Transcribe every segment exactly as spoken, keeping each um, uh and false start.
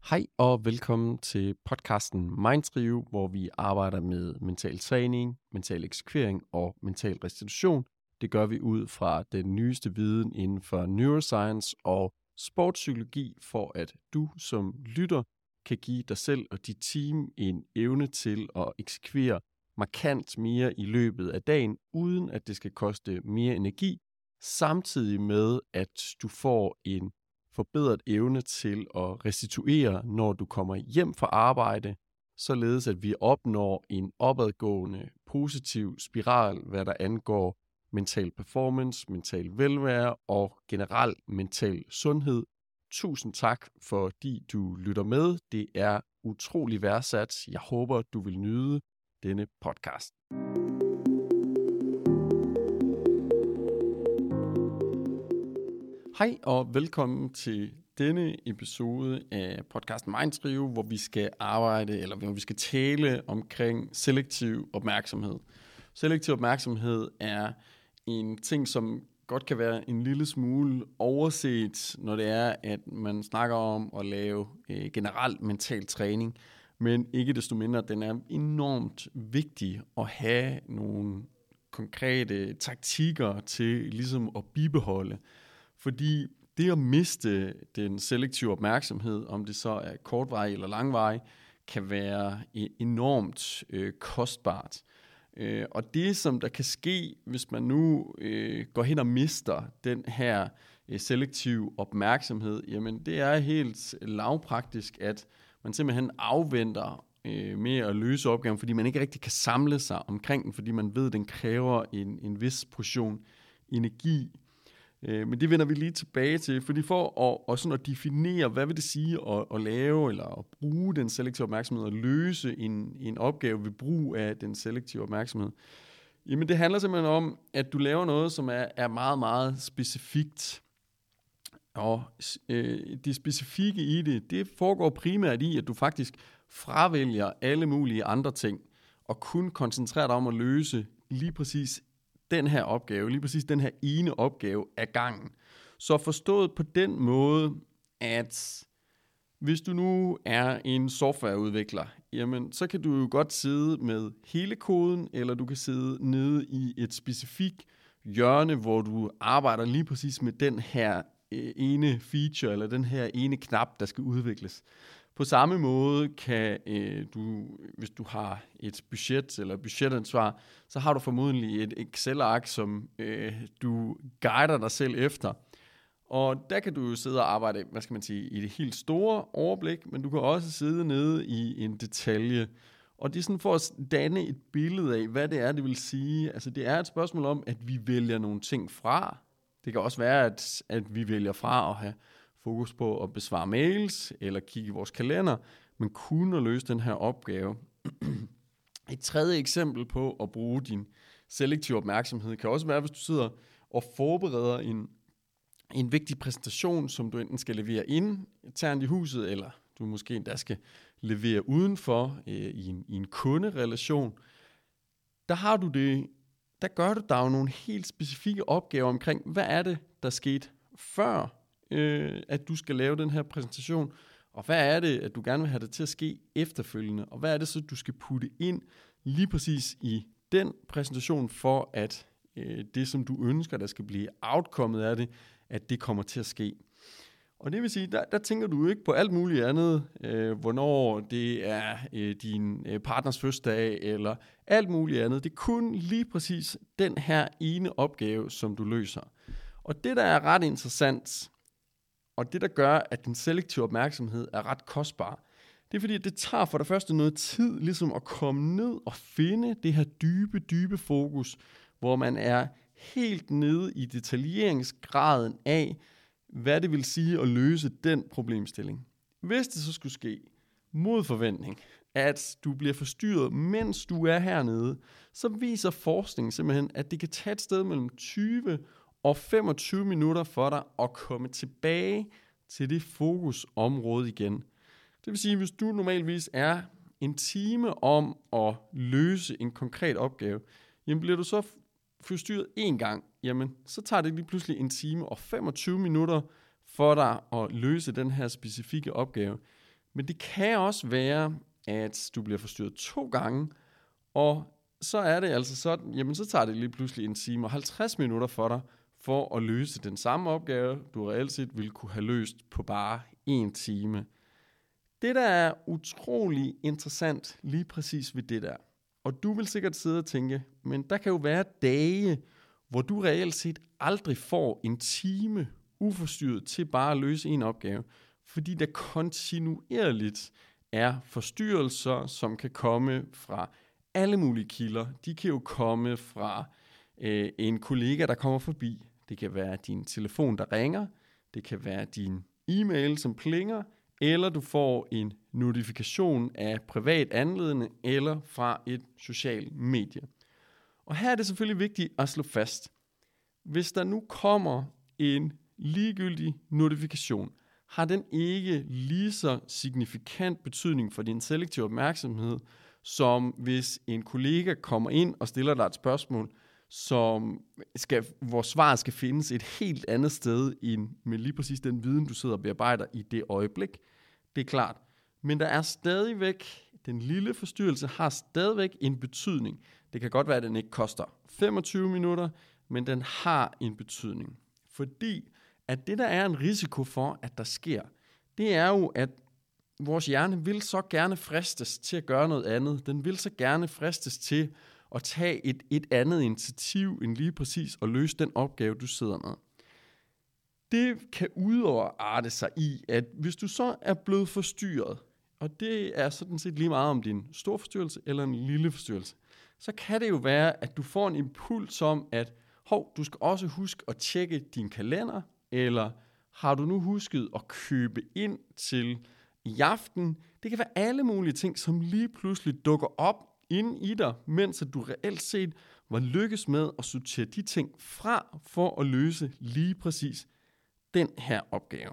Hej og velkommen til podcasten Mindtrio, hvor vi arbejder med mental træning, mental eksekvering og mental restitution. Det gør vi ud fra den nyeste viden inden for neuroscience og sportspsykologi, for at du som lytter kan give dig selv og dit team en evne til at eksekvere markant mere i løbet af dagen, uden at det skal koste mere energi, samtidig med at du får en forbedret evne til at restituere, når du kommer hjem fra arbejde, således at vi opnår en opadgående positiv spiral, hvad der angår mental performance, mental velvære og generel mental sundhed. Tusind tak, fordi du lytter med. Det er utrolig værdsat. Jeg håber, du vil nyde denne podcast. Hej og velkommen til denne episode af podcasten Mindtrio, hvor vi skal arbejde, eller hvor vi skal tale omkring selektiv opmærksomhed. Selektiv opmærksomhed er en ting, som godt kan være en lille smule overset, når det er, at man snakker om at lave øh, generel mental træning, men ikke desto mindre, den er enormt vigtig at have nogle konkrete taktikker til ligesom at bibeholde. Fordi det at miste den selektive opmærksomhed, om det så er kortvarig eller langvarig, kan være enormt øh, kostbart. Øh, og det, som der kan ske, hvis man nu øh, går hen og mister den her øh, selektive opmærksomhed, jamen det er helt lavpraktisk, at man simpelthen afventer øh, med at løse opgaven, fordi man ikke rigtig kan samle sig omkring den, fordi man ved, at den kræver en, en vis portion energi. Men det vender vi lige tilbage til, fordi for at, og sådan at definere, hvad vil det sige at, at lave eller at bruge den selektive opmærksomhed og løse en, en opgave ved brug af den selektive opmærksomhed. Jamen det handler simpelthen om, at du laver noget, som er, er meget, meget specifikt. Og øh, det specifikke i det, det foregår primært i, at du faktisk fravælger alle mulige andre ting og kun koncentrerer dig om at løse lige præcis den her opgave, lige præcis den her ene opgave af gangen. Så forstået på den måde, at hvis du nu er en softwareudvikler, jamen så kan du jo godt sidde med hele koden, eller du kan sidde nede i et specifikt hjørne, hvor du arbejder lige præcis med den her øh, ene feature, eller den her ene knap, der skal udvikles. På samme måde kan øh, du, hvis du har et budget eller budgetansvar, så har du formodentlig et Excel-ark, som øh, du guider dig selv efter. Og der kan du jo sidde og arbejde, hvad skal man sige, i det helt store overblik, men du kan også sidde nede i en detalje. Og det er sådan for at danne et billede af, hvad det er, det vil sige. Altså det er et spørgsmål om, at vi vælger nogle ting fra. Det kan også være, at, at vi vælger fra at have fokus på at besvare mails eller kigge i vores kalender, men kun at løse den her opgave. Et tredje eksempel på at bruge din selektive opmærksomhed kan også være, hvis du sidder og forbereder en, en vigtig præsentation, som du enten skal levere internt i huset, eller du måske endda skal levere udenfor øh, i, en, i en kunderelation. Der har du det, der gør du der jo nogle helt specifikke opgaver omkring, hvad er det, der skete før, Øh, at du skal lave den her præsentation, og hvad er det, at du gerne vil have det til at ske efterfølgende, og hvad er det så, du skal putte ind lige præcis i den præsentation, for at øh, det, som du ønsker, der skal blive outcomet af det, at det kommer til at ske. Og det vil sige, der, der tænker du ikke på alt muligt andet, øh, hvornår det er øh, din øh, partners fødselsdag, eller alt muligt andet. Det er kun lige præcis den her ene opgave, som du løser. Og det, der er ret interessant, og det, der gør, at den selektive opmærksomhed er ret kostbar, det er fordi, at det tager for det første noget tid ligesom at komme ned og finde det her dybe, dybe fokus, hvor man er helt nede i detaljeringsgraden af, hvad det vil sige at løse den problemstilling. Hvis det så skulle ske mod forventning, at du bliver forstyrret, mens du er hernede, så viser forskningen simpelthen, at det kan tage et sted mellem tyve og femogtyve minutter for dig at komme tilbage til det fokusområde igen. Det vil sige, hvis du normalvis er en time om at løse en konkret opgave, jamen bliver du så forstyrret en gang, jamen så tager det lige pludselig en time og femogtyve minutter for dig at løse den her specifikke opgave. Men det kan også være, at du bliver forstyrret to gange, og så er det altså sådan, jamen så tager det lige pludselig en time og halvtreds minutter for dig, for at løse den samme opgave, du reelt set ville kunne have løst på bare en time. Det, der er utrolig interessant lige præcis ved det der, og du vil sikkert sidde og tænke, men der kan jo være dage, hvor du reelt set aldrig får en time uforstyrret til bare at løse en opgave, fordi der kontinuerligt er forstyrrelser, som kan komme fra alle mulige kilder. De kan jo komme fra øh, en kollega, der kommer forbi. Det kan være din telefon, der ringer. Det kan være din e-mail, som plinger. Eller du får en notifikation af privat anledning eller fra et socialt medie. Og her er det selvfølgelig vigtigt at slå fast. Hvis der nu kommer en ligegyldig notifikation, har den ikke lige så signifikant betydning for din selektive opmærksomhed, som hvis en kollega kommer ind og stiller dig et spørgsmål, som skal, hvor svaret skal findes et helt andet sted end med lige præcis den viden, du sidder og bearbejder i det øjeblik. Det er klart. Men der er stadigvæk, den lille forstyrrelse har stadigvæk en betydning. Det kan godt være, at den ikke koster femogtyve minutter, men den har en betydning. Fordi at det, der er en risiko for, at der sker, det er jo, at vores hjerne vil så gerne fristes til at gøre noget andet. Den vil så gerne fristes til at tage et, et andet initiativ end lige præcis at løse den opgave, du sidder med. Det kan udarte sig i, at hvis du så er blevet forstyrret, og det er sådan set lige meget om din stor forstyrrelse eller en lille forstyrrelse, så kan det jo være, at du får en impuls om, at hov, du skal også huske at tjekke din kalender, eller har du nu husket at købe ind til i aften? Det kan være alle mulige ting, som lige pludselig dukker op inde i dig, mens du reelt set var lykkes med at sortere de ting fra for at løse lige præcis den her opgave.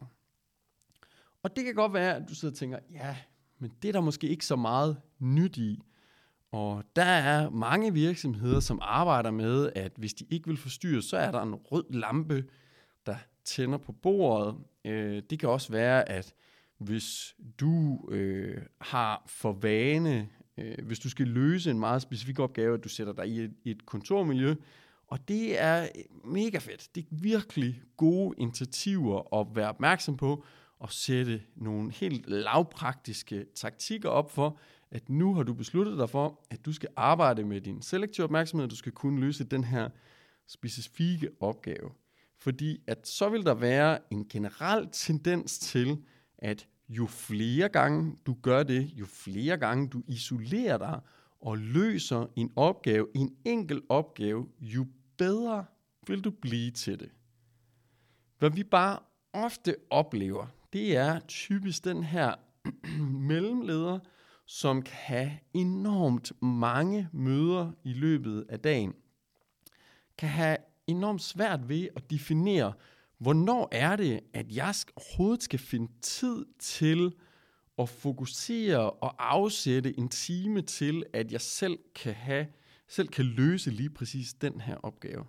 Og det kan godt være, at du sidder og tænker, ja, men det er der måske ikke så meget nyt i. Og der er mange virksomheder, som arbejder med, at hvis de ikke vil forstyrre, så er der en rød lampe, der tænder på bordet. Øh, det kan også være, at hvis du øh, har for vane, øh, hvis du skal løse en meget specifik opgave, at du sætter dig i et, i et kontormiljø, og det er mega fedt. Det er virkelig gode initiativer at være opmærksom på og sætte nogle helt lavpraktiske taktikker op for, at nu har du besluttet dig for, at du skal arbejde med din selektive opmærksomhed, du skal kunne løse den her specifikke opgave. Fordi at så vil der være en generel tendens til, at jo flere gange du gør det, jo flere gange du isolerer dig og løser en opgave, en enkelt opgave, jo bedre vil du blive til det. Hvad vi bare ofte oplever, det er typisk den her mellemleder, som kan have enormt mange møder i løbet af dagen, kan have enormt svært ved at definere, hvornår er det, at jeg overhovedet skal finde tid til at fokusere og afsætte en time til, at jeg selv kan have, selv kan løse lige præcis den her opgave.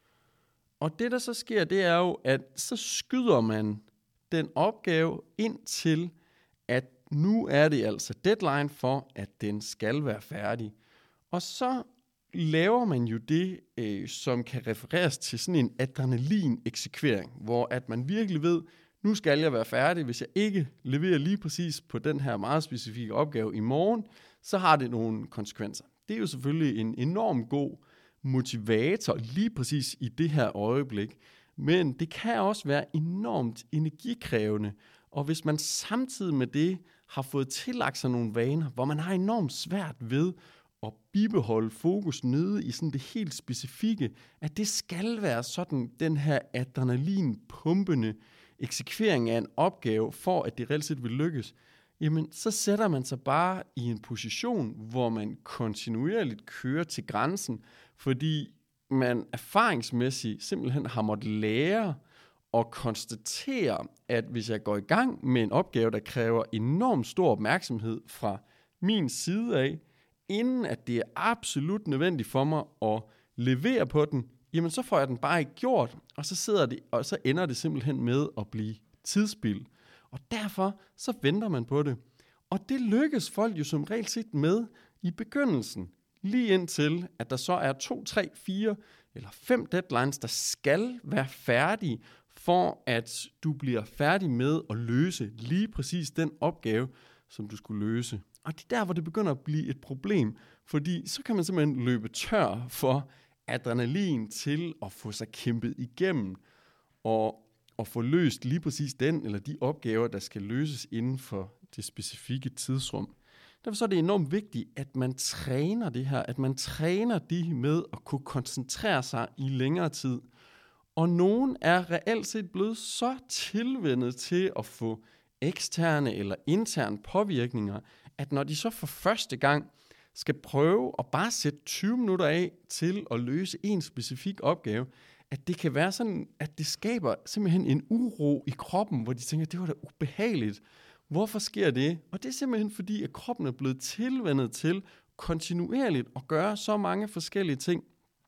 Og det, der så sker, det er jo, at så skyder man den opgave ind til, at nu er det altså deadline for, at den skal være færdig. Og så laver man jo det, øh, som kan refereres til sådan en adrenalin-eksekvering, hvor at man virkelig ved, nu skal jeg være færdig. Hvis jeg ikke leverer lige præcis på den her meget specifikke opgave i morgen, så har det nogle konsekvenser. Det er jo selvfølgelig en enorm god motivator lige præcis i det her øjeblik, men det kan også være enormt energikrævende, og hvis man samtidig med det har fået tillagt sig nogle vaner, hvor man har enormt svært ved at bibeholde fokus nede i sådan det helt specifikke, at det skal være sådan den her adrenalinpumpende eksekvering af en opgave, for at det reelt set vil lykkes, jamen så sætter man sig bare i en position, hvor man kontinuerligt kører til grænsen, fordi man erfaringsmæssigt simpelthen har måttet lære og konstatere, at hvis jeg går i gang med en opgave, der kræver enormt stor opmærksomhed fra min side af, inden at det er absolut nødvendigt for mig at levere på den, jamen så får jeg den bare ikke gjort, og så sidder det, og så ender det simpelthen med at blive tidsspild. Og derfor så venter man på det. Og det lykkes folk jo som regel set med i begyndelsen. Lige indtil, at der så er to, tre, fire eller fem deadlines, der skal være færdige, for at du bliver færdig med at løse lige præcis den opgave, som du skulle løse. Og det er der, hvor det begynder at blive et problem, fordi så kan man simpelthen løbe tør for adrenalin til at få sig kæmpet igennem og, og få løst lige præcis den eller de opgaver, der skal løses inden for det specifikke tidsrum. Derfor så er det enormt vigtigt, at man træner det her, at man træner det med at kunne koncentrere sig i længere tid. Og nogen er reelt set blevet så tilvænnet til at få eksterne eller interne påvirkninger, at når de så for første gang skal prøve at bare sætte tyve minutter af til at løse en specifik opgave, at det kan være sådan, at det skaber simpelthen en uro i kroppen, hvor de tænker, det var da ubehageligt. Hvorfor sker det? Og det er simpelthen fordi, at kroppen er blevet tilvænnet til kontinuerligt at gøre så mange forskellige ting.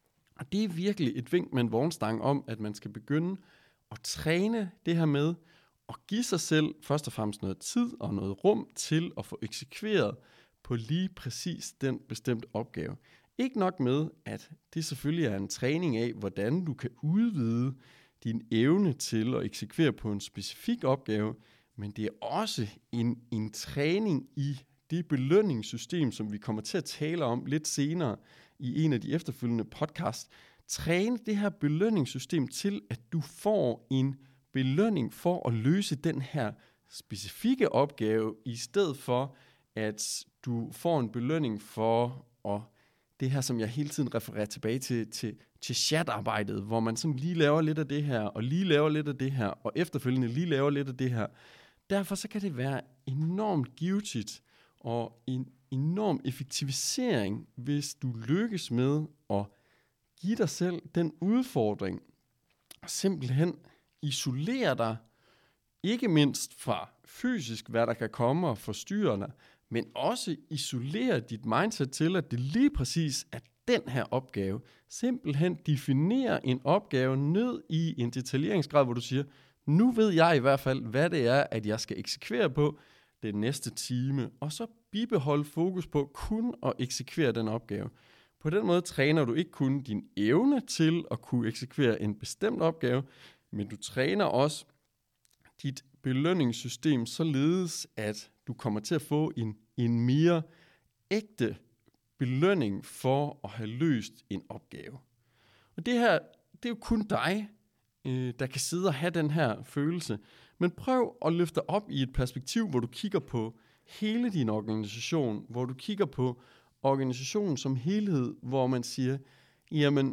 Og det er virkelig et vink med en vognstang om, at man skal begynde at træne det her med at give sig selv først og fremmest noget tid og noget rum til at få eksekveret på lige præcis den bestemte opgave. Ikke nok med, at det selvfølgelig er en træning af, hvordan du kan udvide din evne til at eksekvere på en specifik opgave, men det er også en, en træning i det belønningssystem, som vi kommer til at tale om lidt senere i en af de efterfølgende podcasts. Træne det her belønningssystem til, at du får en belønning for at løse den her specifikke opgave, i stedet for, at du får en belønning for at det her, som jeg hele tiden refererer tilbage til, til, til chat-arbejdet, hvor man sådan lige laver lidt af det her, og lige laver lidt af det her, og efterfølgende lige laver lidt af det her. Derfor så kan det være enormt givtigt og en enorm effektivisering, hvis du lykkes med at give dig selv den udfordring, og simpelthen isolere dig, ikke mindst fra fysisk, hvad der kan komme og forstyrre dig, men også isolere dit mindset til, at det lige præcis er den her opgave. Simpelthen definere en opgave ned i en detaljeringsgrad, hvor du siger, nu ved jeg i hvert fald, hvad det er, at jeg skal eksekvere på den næste time, og så bibeholde fokus på kun at eksekvere den opgave. På den måde træner du ikke kun din evne til at kunne eksekvere en bestemt opgave, men du træner også dit belønningssystem således, at du kommer til at få en, en mere ægte belønning for at have løst en opgave. Og det her, det er jo kun dig, øh, der kan sidde og have den her følelse. Men prøv at løfte op i et perspektiv, hvor du kigger på hele din organisation, hvor du kigger på organisationen som helhed, hvor man siger, jamen,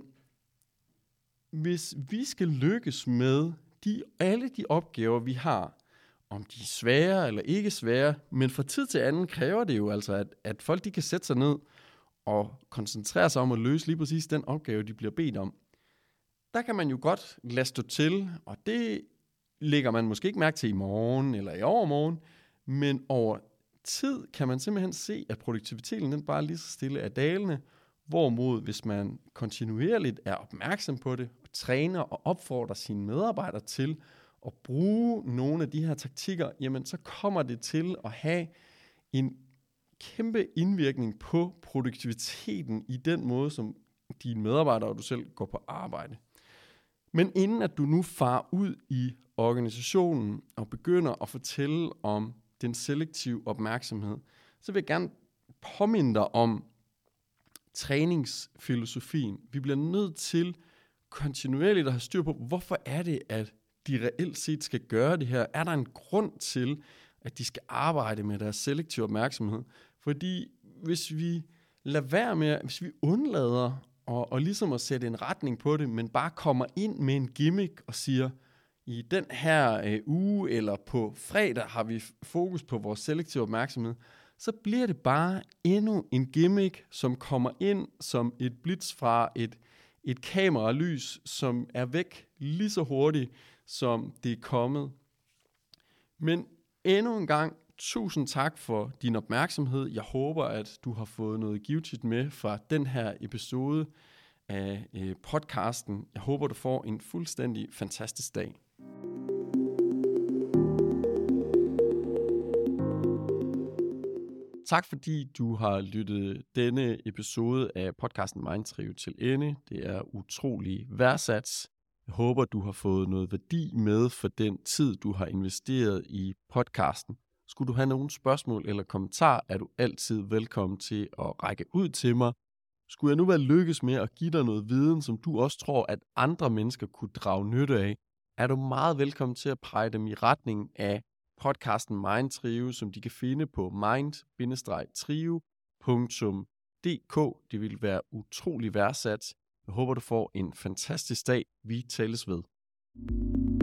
hvis vi skal lykkes med de, alle de opgaver, vi har, om de er svære eller ikke svære, men fra tid til anden kræver det jo altså, at, at folk de kan sætte sig ned og koncentrere sig om at løse lige præcis den opgave, de bliver bedt om. Der kan man jo godt lade stå til, og det lægger man måske ikke mærke til i morgen eller i overmorgen, men over tid kan man simpelthen se, at produktiviteten den bare lige så stille er dalende, hvorimod hvis man kontinuerligt er opmærksom på det, og træner og opfordrer sine medarbejdere til at bruge nogle af de her taktikker, jamen så kommer det til at have en kæmpe indvirkning på produktiviteten i den måde, som dine medarbejdere og du selv går på arbejde. Men inden at du nu farer ud i organisationen og begynder at fortælle om den selektive opmærksomhed, så vil jeg gerne påminde dig om træningsfilosofien. Vi bliver nødt til kontinuerligt at have styr på, hvorfor er det, at de reelt set skal gøre det her? Er der en grund til, at de skal arbejde med deres selektive opmærksomhed? Fordi hvis vi lader være med, hvis vi undlader og, og ligesom at sætte en retning på det, men bare kommer ind med en gimmick og siger, i den her øh, uge eller på fredag har vi fokus på vores selektive opmærksomhed, så bliver det bare endnu en gimmick, som kommer ind som et blitz fra et, et kameralys, som er væk lige så hurtigt, som det er kommet. Men endnu en gang, tusind tak for din opmærksomhed. Jeg håber, at du har fået noget givtigt med fra den her episode af øh, podcasten. Jeg håber, du får en fuldstændig fantastisk dag. Tak fordi du har lyttet denne episode af podcasten Mindtrive til ende. Det er utrolig værdsat. Jeg håber, du har fået noget værdi med for den tid, du har investeret i podcasten. Skulle du have nogle spørgsmål eller kommentarer, er du altid velkommen til at række ud til mig. Skulle jeg nu være lykkes med at give dig noget viden, som du også tror, at andre mennesker kunne drage nytte af, er du meget velkommen til at pege dem i retning af podcasten Mindtrive, som de kan finde på mind trive punktum d k. Det vil være utrolig værdsat. Jeg håber, du får en fantastisk dag. Vi tales ved.